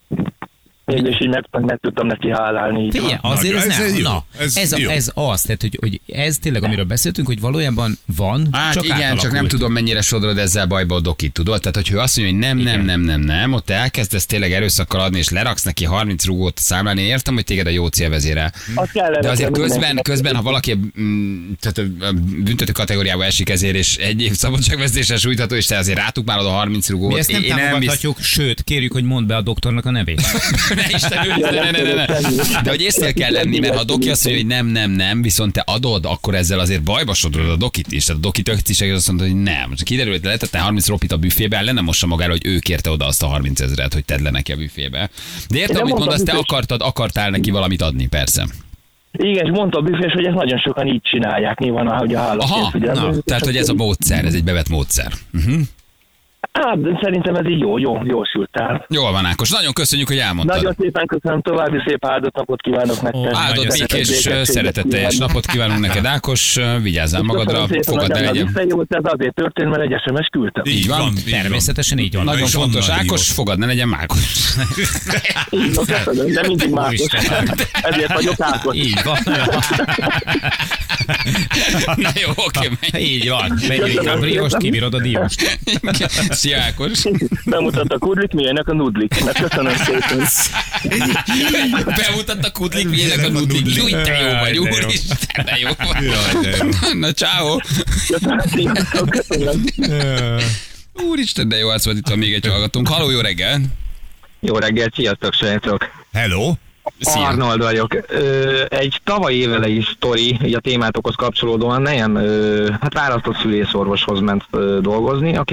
Én is így meg, meg tudtam neki hálálni. Figyelj, azért ez, ez nem. Na, ez, ez, a, ez az, tehát, hogy, hogy ez tényleg, amiről beszéltünk, hogy valójában van, hát csak igen, csak nem tudom, mennyire sodrod ezzel bajba a dokit, tudod? Tehát, hogy ő azt mondja, hogy nem, nem, nem, nem, nem, ott elkezdesz tényleg erőszakkal adni, és leraksz neki harminc rúgót számlálni, én értem, hogy téged a jó célvezére. De azért közben, közben, ha valaki tehát a büntető kategóriába esik ezért, és egy év szabadságvesztésre sújtható, és te azért rátukmálod a harminc rúgót. Mi ezt nem támogathatjuk, sőt, kérjük, hogy mondd be a doktornak a nevét. Ne Isten, ne, ne, ne, ne, ne. De hogy észnél kell lenni, mert ha a doki azt mondja, hogy nem, nem, nem, viszont te adod, akkor ezzel azért bajba sodrod a dokit is. Tehát a doki tökciség azt mondta, hogy nem. Csak kiderül, hogy letette harminc ropit a büfébe, le nem mossa magára, hogy ő kérte oda azt a harminc ezret, hogy tedd le neki a büfébe. De értem, amit mondasz, te akartad, akartál neki valamit adni, persze. Igen, és mondta a büfés, hogy ezt nagyon sokan így csinálják, nyilván, ahogy a hálapjét. Aha, na, tehát, hogy ez a módszer, ez egy bevett módszer. Uh-huh. Hát, szerintem ez így jó, jó, jó sültál. Jól van, Ákos. Nagyon köszönjük, hogy elmondtad. Nagyon szépen köszönöm, további szép áldott napot kívánok nektek. Áldott, békés, szeretetteljes napot kívánunk neked, Ákos. Vigyázzál magadra, fogad ne legyen. Ez azért történt, mert egy es em es küldtem. Így van, természetesen így van. Nagyon fontos, Ákos, fogad ne legyen Mákos. Így van, köszönöm, de mindig Mákos. Ezért vagyok Ákos. Így van. Na jó, oké, menj. Így van. Megyünk a briost, kibírod a dióst. Szia, Ákos. Bemutat a kudlik, milyenek a nudlik. Mert köszönöm szépen. Bemutat a kudlik, milyenek a nudlik. Júj, te jó vagy, úristen, de jó vagy. Na, ciao. Köszönöm. Úristen, de jó az volt, itt van még egy hallgatónk. Halló, jó reggel. Jó reggel, sziasztok, srácok. Hello. Szia. Arnold vagyok. Ö, egy tavalyi évelei sztori, így a témátokhoz kapcsolódóan nejem, ö, hát választott szülészorvoshoz ment ö, dolgozni, akinek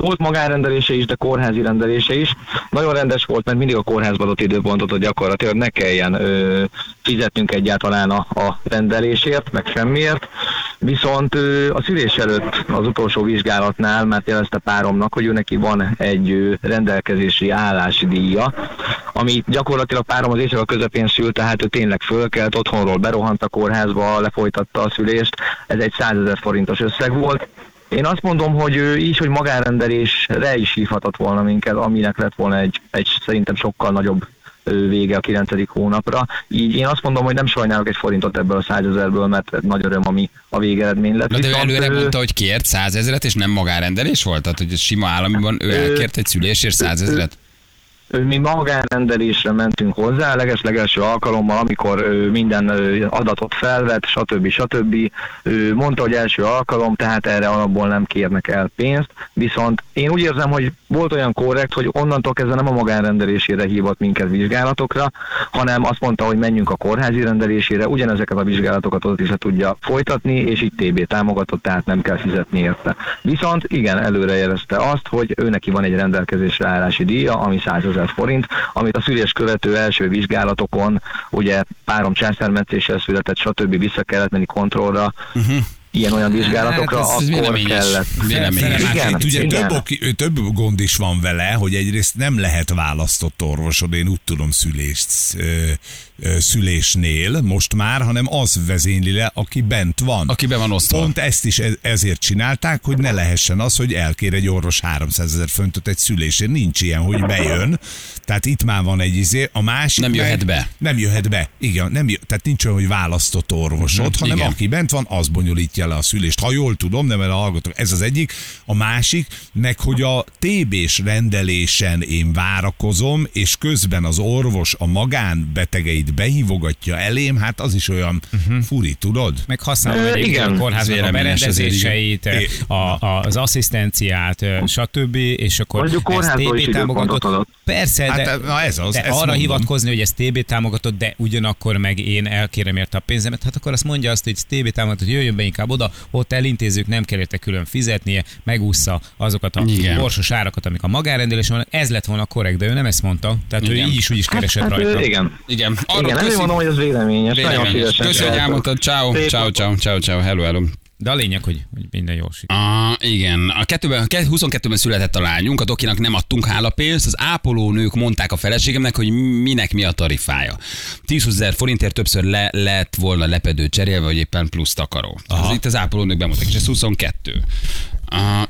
Volt magánrendelése is, de kórházi rendelése is. Nagyon rendes volt, mert mindig a kórházba adott időpontot, hogy gyakorlatilag ne kelljen ö, fizetnünk egyáltalán a, a rendelésért, meg semmiért. Viszont ö, a szülés előtt az utolsó vizsgálatnál már jelezte páromnak, hogy ő neki van egy ö, rendelkezési állási díja, ami gyakorlatilag párom az éjszaka közepén szült, tehát ő tényleg fölkelt, otthonról berohant a kórházba, lefolytatta a szülést. Ez egy százezer forintos összeg volt. Én azt mondom, hogy ő így, hogy magánrendelésre is hívhatott volna minket, aminek lett volna egy, egy szerintem sokkal nagyobb vége a kilencedik hónapra. Így én azt mondom, hogy nem sajnálok egy forintot ebből a százezerből, mert nagy öröm, ami a végeredmény lett. Na, de ő előre ő... mondta, hogy kért százezret, és nem magánrendelés volt? Tehát, hogy sima államiban ő elkért egy szülésért százezret? Mi magánrendelésre mentünk hozzá, leges-legelső alkalommal, amikor minden adatot felvett, stb. stb. Ő mondta, hogy első alkalom, tehát erre alapból nem kérnek el pénzt, viszont én úgy érzem, hogy volt olyan korrekt, hogy onnantól kezdve nem a magánrendelésére hívott minket vizsgálatokra, hanem azt mondta, hogy menjünk a kórházi rendelésére, ugyanezeket a vizsgálatokat ott is le tudja folytatni, és így té bé támogatott, tehát nem kell fizetni érte. Viszont igen, előrejelezte azt, hogy ő neki van egy rendelkezésre állási díja, ami százezer forint, amit a szülés követő első vizsgálatokon, ugye párom császármetszéssel született, stb. Vissza kellett menni kontrollra, uh-huh. ilyen-olyan vizsgálatokra, hát akkor kellett. Igen, ugye több, oki, több gond is van vele, hogy egyrészt nem lehet választott orvosod, én úgy tudom szülést, szülésnél most már, hanem az vezényli le, aki bent van. Aki be van osztva. Pont ezt is ezért csinálták, hogy ne lehessen az, hogy elkér egy orvos háromszázezer fontot egy szülésért. Nincs ilyen, hogy bejön. Tehát itt már van egy izé, a másik nem jöhet be. Nem jöhet be. Igen, nem jö, tehát nincs olyan, hogy választott orvosod, uh-huh. hanem igen. aki bent van, az bonyolítja le a szülést. Ha jól tudom, nem el hallgatok. Ez az egyik. A másik, meg hogy a té bés rendelésen én várakozom, és közben az orvos a magánbetegeit behívogatja elém, hát az is olyan uh-huh. furi, tudod? Meg használom egyébként a kórháznak a berendezéseit, a, a, az asszisztenciát, stb. És akkor ez té bé támogatott. Persze, de, hát, na ez az, de arra mondom. Hivatkozni, hogy ez té bé támogatott, de ugyanakkor meg én elkérem érte a pénzemet, hát akkor azt mondja azt, hogy té bé támogatott, jöjjön be inkább oda, ott elintézzük, nem kell érte külön fizetnie, megúszza azokat a borsos árakat, amik a magánrendelésen vannak. Ez lett volna korrekt, de ő nem ezt mondta. Tehát igen. ő így is úgy is keresett hát, rajta. Igen. Igen. Arra igen, nem mondom, hogy ez véleményes. Véleményes. Köszönjük, hogy elmondtad. Ciao, ciao, ciao, ciao, ciao, hello, hello. De a lényeg, hogy, hogy minden jól sikerül. Ah, igen. A kettőben, huszonkettőben született a lányunk, a dokinak nem adtunk hálapénzt, az ápolónők mondták a feleségemnek, hogy minek mi a tarifája. tízezer forintért többször le lett volna lepedő cserélve, vagy éppen plusz takaró. Ez itt az ápolónők bemondták, és ez huszonkettő. Ah,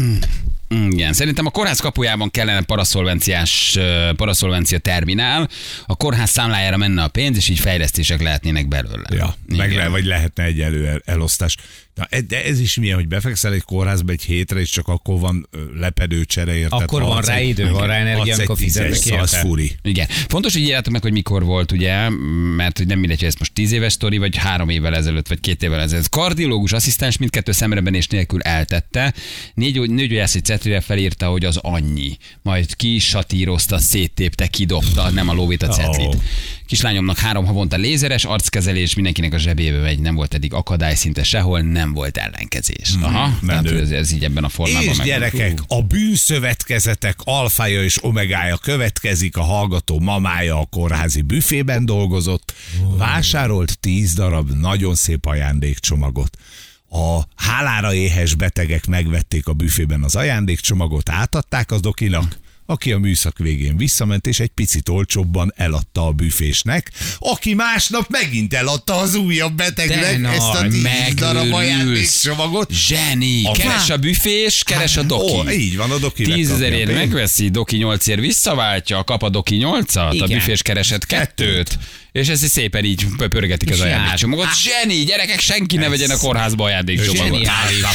igen, szerintem a kórház kapujában kellene paraszolvenciás, paraszolvencia terminál, a kórház számlájára menne a pénz, és így fejlesztések lehetnének belőle. Ja, meg le, vagy lehetne egy elő elosztás. Na, de ez is milyen, hogy befekszel egy kórházba egy hétre, és csak akkor van lepedő csere, érted? Akkor van rá idő, van rá energia, amikor fizetnek érte. Furi. Igen. Fontos, hogy írjátok meg, hogy mikor volt, ugye, mert hogy nem mindegy, hogy ez most tíz éves sztori, vagy három évvel ezelőtt, vagy két évvel ezelőtt. Kardiológus asszisztens mindkettő szemrebenés nélkül eltette. Négy nőgyógyász egy cetrire felírta, hogy az annyi. Majd ki satírozta, széttépte, kidobta, nem a lóvét a cetrit. Oh. Kislányomnak három havonta lézeres arckezelés, mindenkinek a zsebébe megy, nem volt eddig akadály szinte sehol, nem volt ellenkezés. Aha, tehát ez, ez így ebben a formában. És gyerekek, a bűnszövetkezetek alfája és omegája következik, a hallgató mamája a kórházi büfében dolgozott, vásárolt tíz darab nagyon szép ajándékcsomagot. A hálára éhes betegek megvették a büfében az ajándékcsomagot, átadták az dokinak, aki a műszak végén visszament, és egy picit olcsóbban eladta a büfésnek, aki másnap megint eladta az újabb betegnek de ezt a tíz darab ajándékcsomagot. Zseni! A keres a büfés, keres a doki. Ó, így van, a doki. Tízezerért megveszi, doki nyolcért visszaváltja, kap a doki nyolcat, a büfés keresett kettőt. És ez szépen így pörgetik az ajándékcsomagot. Zseni, gyerekek, senki ne vegyen a kórházba ajándékcsomagot.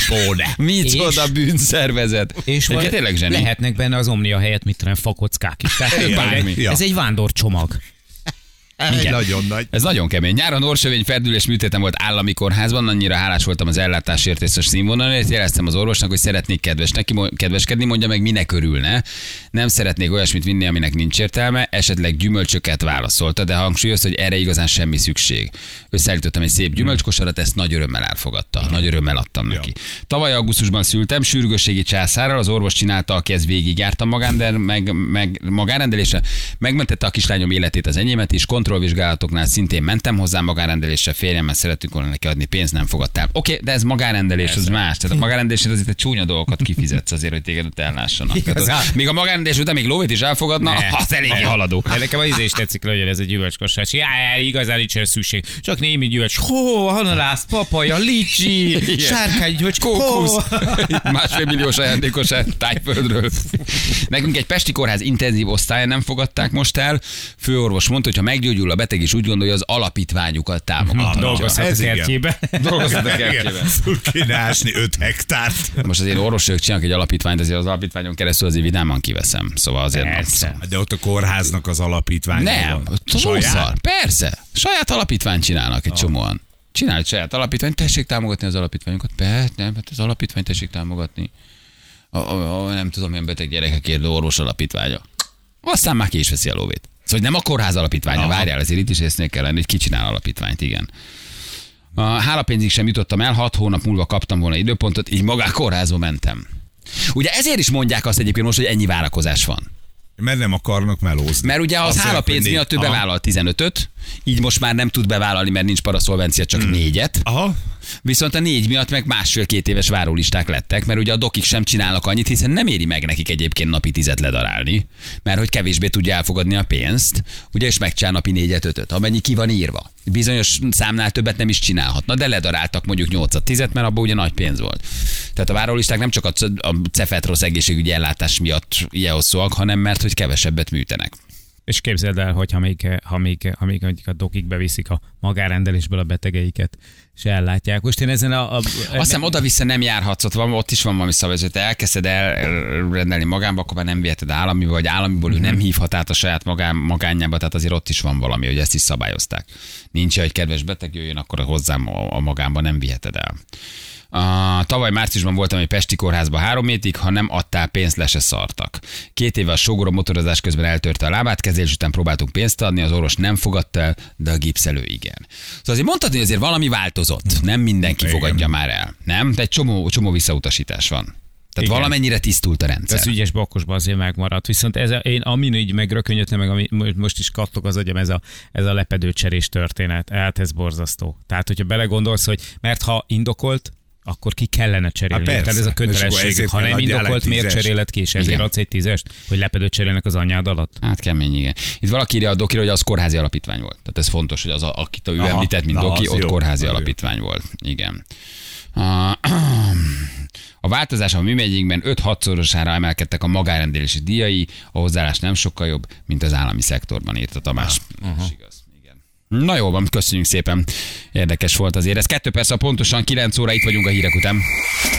Micsoda bűnszervezet. És tényleg zseni. Lehetnek benne az omnia helyett, mit tudom, fakockák is. Tehát bármi. Ja. Ez egy vándorcsomag. Igen. Nagyon nagy. Ez nagyon kemény. Nyáron orrsövény ferdülés műtétem volt állami kórházban, annyira hálás voltam az ellátásért és a színvonalért, jeleztem az orvosnak, hogy szeretnék kedvesnek, kedveskedni, mondja meg, minek örülne. Nem szeretnék olyasmit vinni, aminek nincs értelme, esetleg gyümölcsöket válaszolta, de hangsúlyozta, hogy erre igazán semmi szükség. Összeállítottam egy szép gyümölcskosarat, ezt nagy örömmel elfogadta. Nagy örömmel adtam neki. Tavaly augusztusban szültem, sürgősségi császárral, az orvos csinálta, aki ezt végigjártam magán, de meg, meg magánrendelésre, megmentette a kislányom életét, az enyémet is, kontrollvizsgálatoknál szintén mentem hozzá magánrendelésre, férjemmel szerettünk volna neki adni pénzt, nem fogadtál. Oké, okay, de ez magánrendelés, az más. Tehát a magánrendelésre azért egy csúnya dolgokat kifizetsz azért, hogy téged ott ellássanak. Az, még a magánrendelés után még lóvét is elfogadna, ne, az eléggé haladó. De nekem az íze is tetszik, hogy ez egy gyümölcskosás. Já, igazán nincs erre szükség. Csak némi gyümölcs. Hó, ananász, papaja, licsi, sárkánygyümölcs, kókusz. Másfél milliós ajándékos Tájföldről. Nekünk egy pesti kórház intenzív osztálya nem fogadták most el. Főorvos mondta, hogy ha meggyógyul a beteg is úgy gondolja, az alapítványukat támogatja. Dolgozhat a kertjébe. Dolgozhat a kertjébe. Föl kéne ásni öt hektárt. Most azért orvosok csinálnak egy alapítványt, azért az alapítványon keresztül azért vidáman kiveszem. Szóval azért persze. De ott a kórháznak az alapítvány. Nem, saját. Persze. Saját alapítványt csinálnak egy csomóan. Csinálj egy saját alapítványt, tessék támogatni az alapítványokat. Persze, nem, hát az alapítványt tessék támogatni. A, a, a, nem tudom, milyen beteg gyerekekért orvos alapítványa. Aztán már ki is veszi a lóvét. Szóval nem a kórház alapítványa, várjál, ezért itt is észnél kell lenni, hogy ki csinál alapítványt, igen. A hálapénzig sem jutottam el, hat hónap múlva kaptam volna időpontot, így magá kórházba mentem. Ugye ezért is mondják azt egyébként most, hogy ennyi várakozás van. Mert nem akarnak melózni. Mert ugye az hálapénz miatt ő bevállal tizenötöt, így most már nem tud bevállalni, mert nincs paraszolvencia, csak hmm. négyet. Aha. Viszont a négy miatt meg másfél-két éves várólisták lettek, mert ugye a dokik sem csinálnak annyit, hiszen nem éri meg nekik egyébként napi tizet ledarálni, mert hogy kevésbé tudja elfogadni a pénzt, ugye, és megcsinál napi négyet, ötöt, amennyi ki van írva. Bizonyos számnál többet nem is csinálhatna, de ledaráltak mondjuk nyolcat, tízet, mert abban ugye nagy pénz volt. Tehát a várólisták nem csak a cefet rossz egészségügyi ellátás miatt ilyen hosszúak, hanem mert hogy kevesebbet műtenek. És képzeld el, hogy ha még, ha még, ha még a dokik beviszik a magánrendelésből a betegeiket, és ellátják. Most én ezen a... a Azt hiszem, oda-vissza nem járhatsz, ott, van, ott is van valami szabály, hogy te elkezded elrendelni magánba, akkor már nem viheted államiba, vagy államiból mm-hmm. ő nem hívhat át a saját magán, magánjába, tehát azért ott is van valami, hogy ezt is szabályozták. Nincs, hogy kedves beteg jöjjön, akkor hozzám a, a magánba nem viheted el. Uh, tavaly márciusban voltam egy pesti kórházban három hétig, ha nem adtál pénzt, le se szartak. Két éve a sógorom motorozás közben eltörte a lábát, kezelés után próbáltunk pénzt adni, az orvos nem fogadta el, de a gipszelő igen. Szóval azért mondhatni, hogy azért valami változott. Nem mindenki igen. fogadja már el. Nem? De egy csomó, csomó visszautasítás van. Tehát igen. valamennyire tisztult a rendszer. Ez ügyes bakkosban azért megmaradt. Viszont ez a, én amin így megrökönyödtem, meg ami most is kattog az agyam, ez a, ez a lepedőcserés történet. Hát ez borzasztó. Tehát, hogyha belegondolsz, hogy mert ha indokolt, akkor ki kellene cserélni. Tehát ez a kötelesség. Ha nem indokolt, miért cseréled ki, és ezért igen. adsz egy tízest, hogy lepedőt cserélnek az anyád alatt? Hát kemény, igen. Itt valaki írja a dokira, hogy az kórházi alapítvány volt. Tehát ez fontos, hogy az, akit ő aha, említett, mint doki, ott jó, kórházi alapítvány jó. volt. Igen. A változás a mi megyénkben öt-hatszorosára emelkedtek a magánrendelési díjai, a hozzáállás nem sokkal jobb, mint az állami szektorban, írta Tamás. Uh-huh. Igaz. Na jó van, köszönjük szépen. Érdekes volt azért. Ez kettő perc, pontosan kilenc óra, itt vagyunk a hírek után.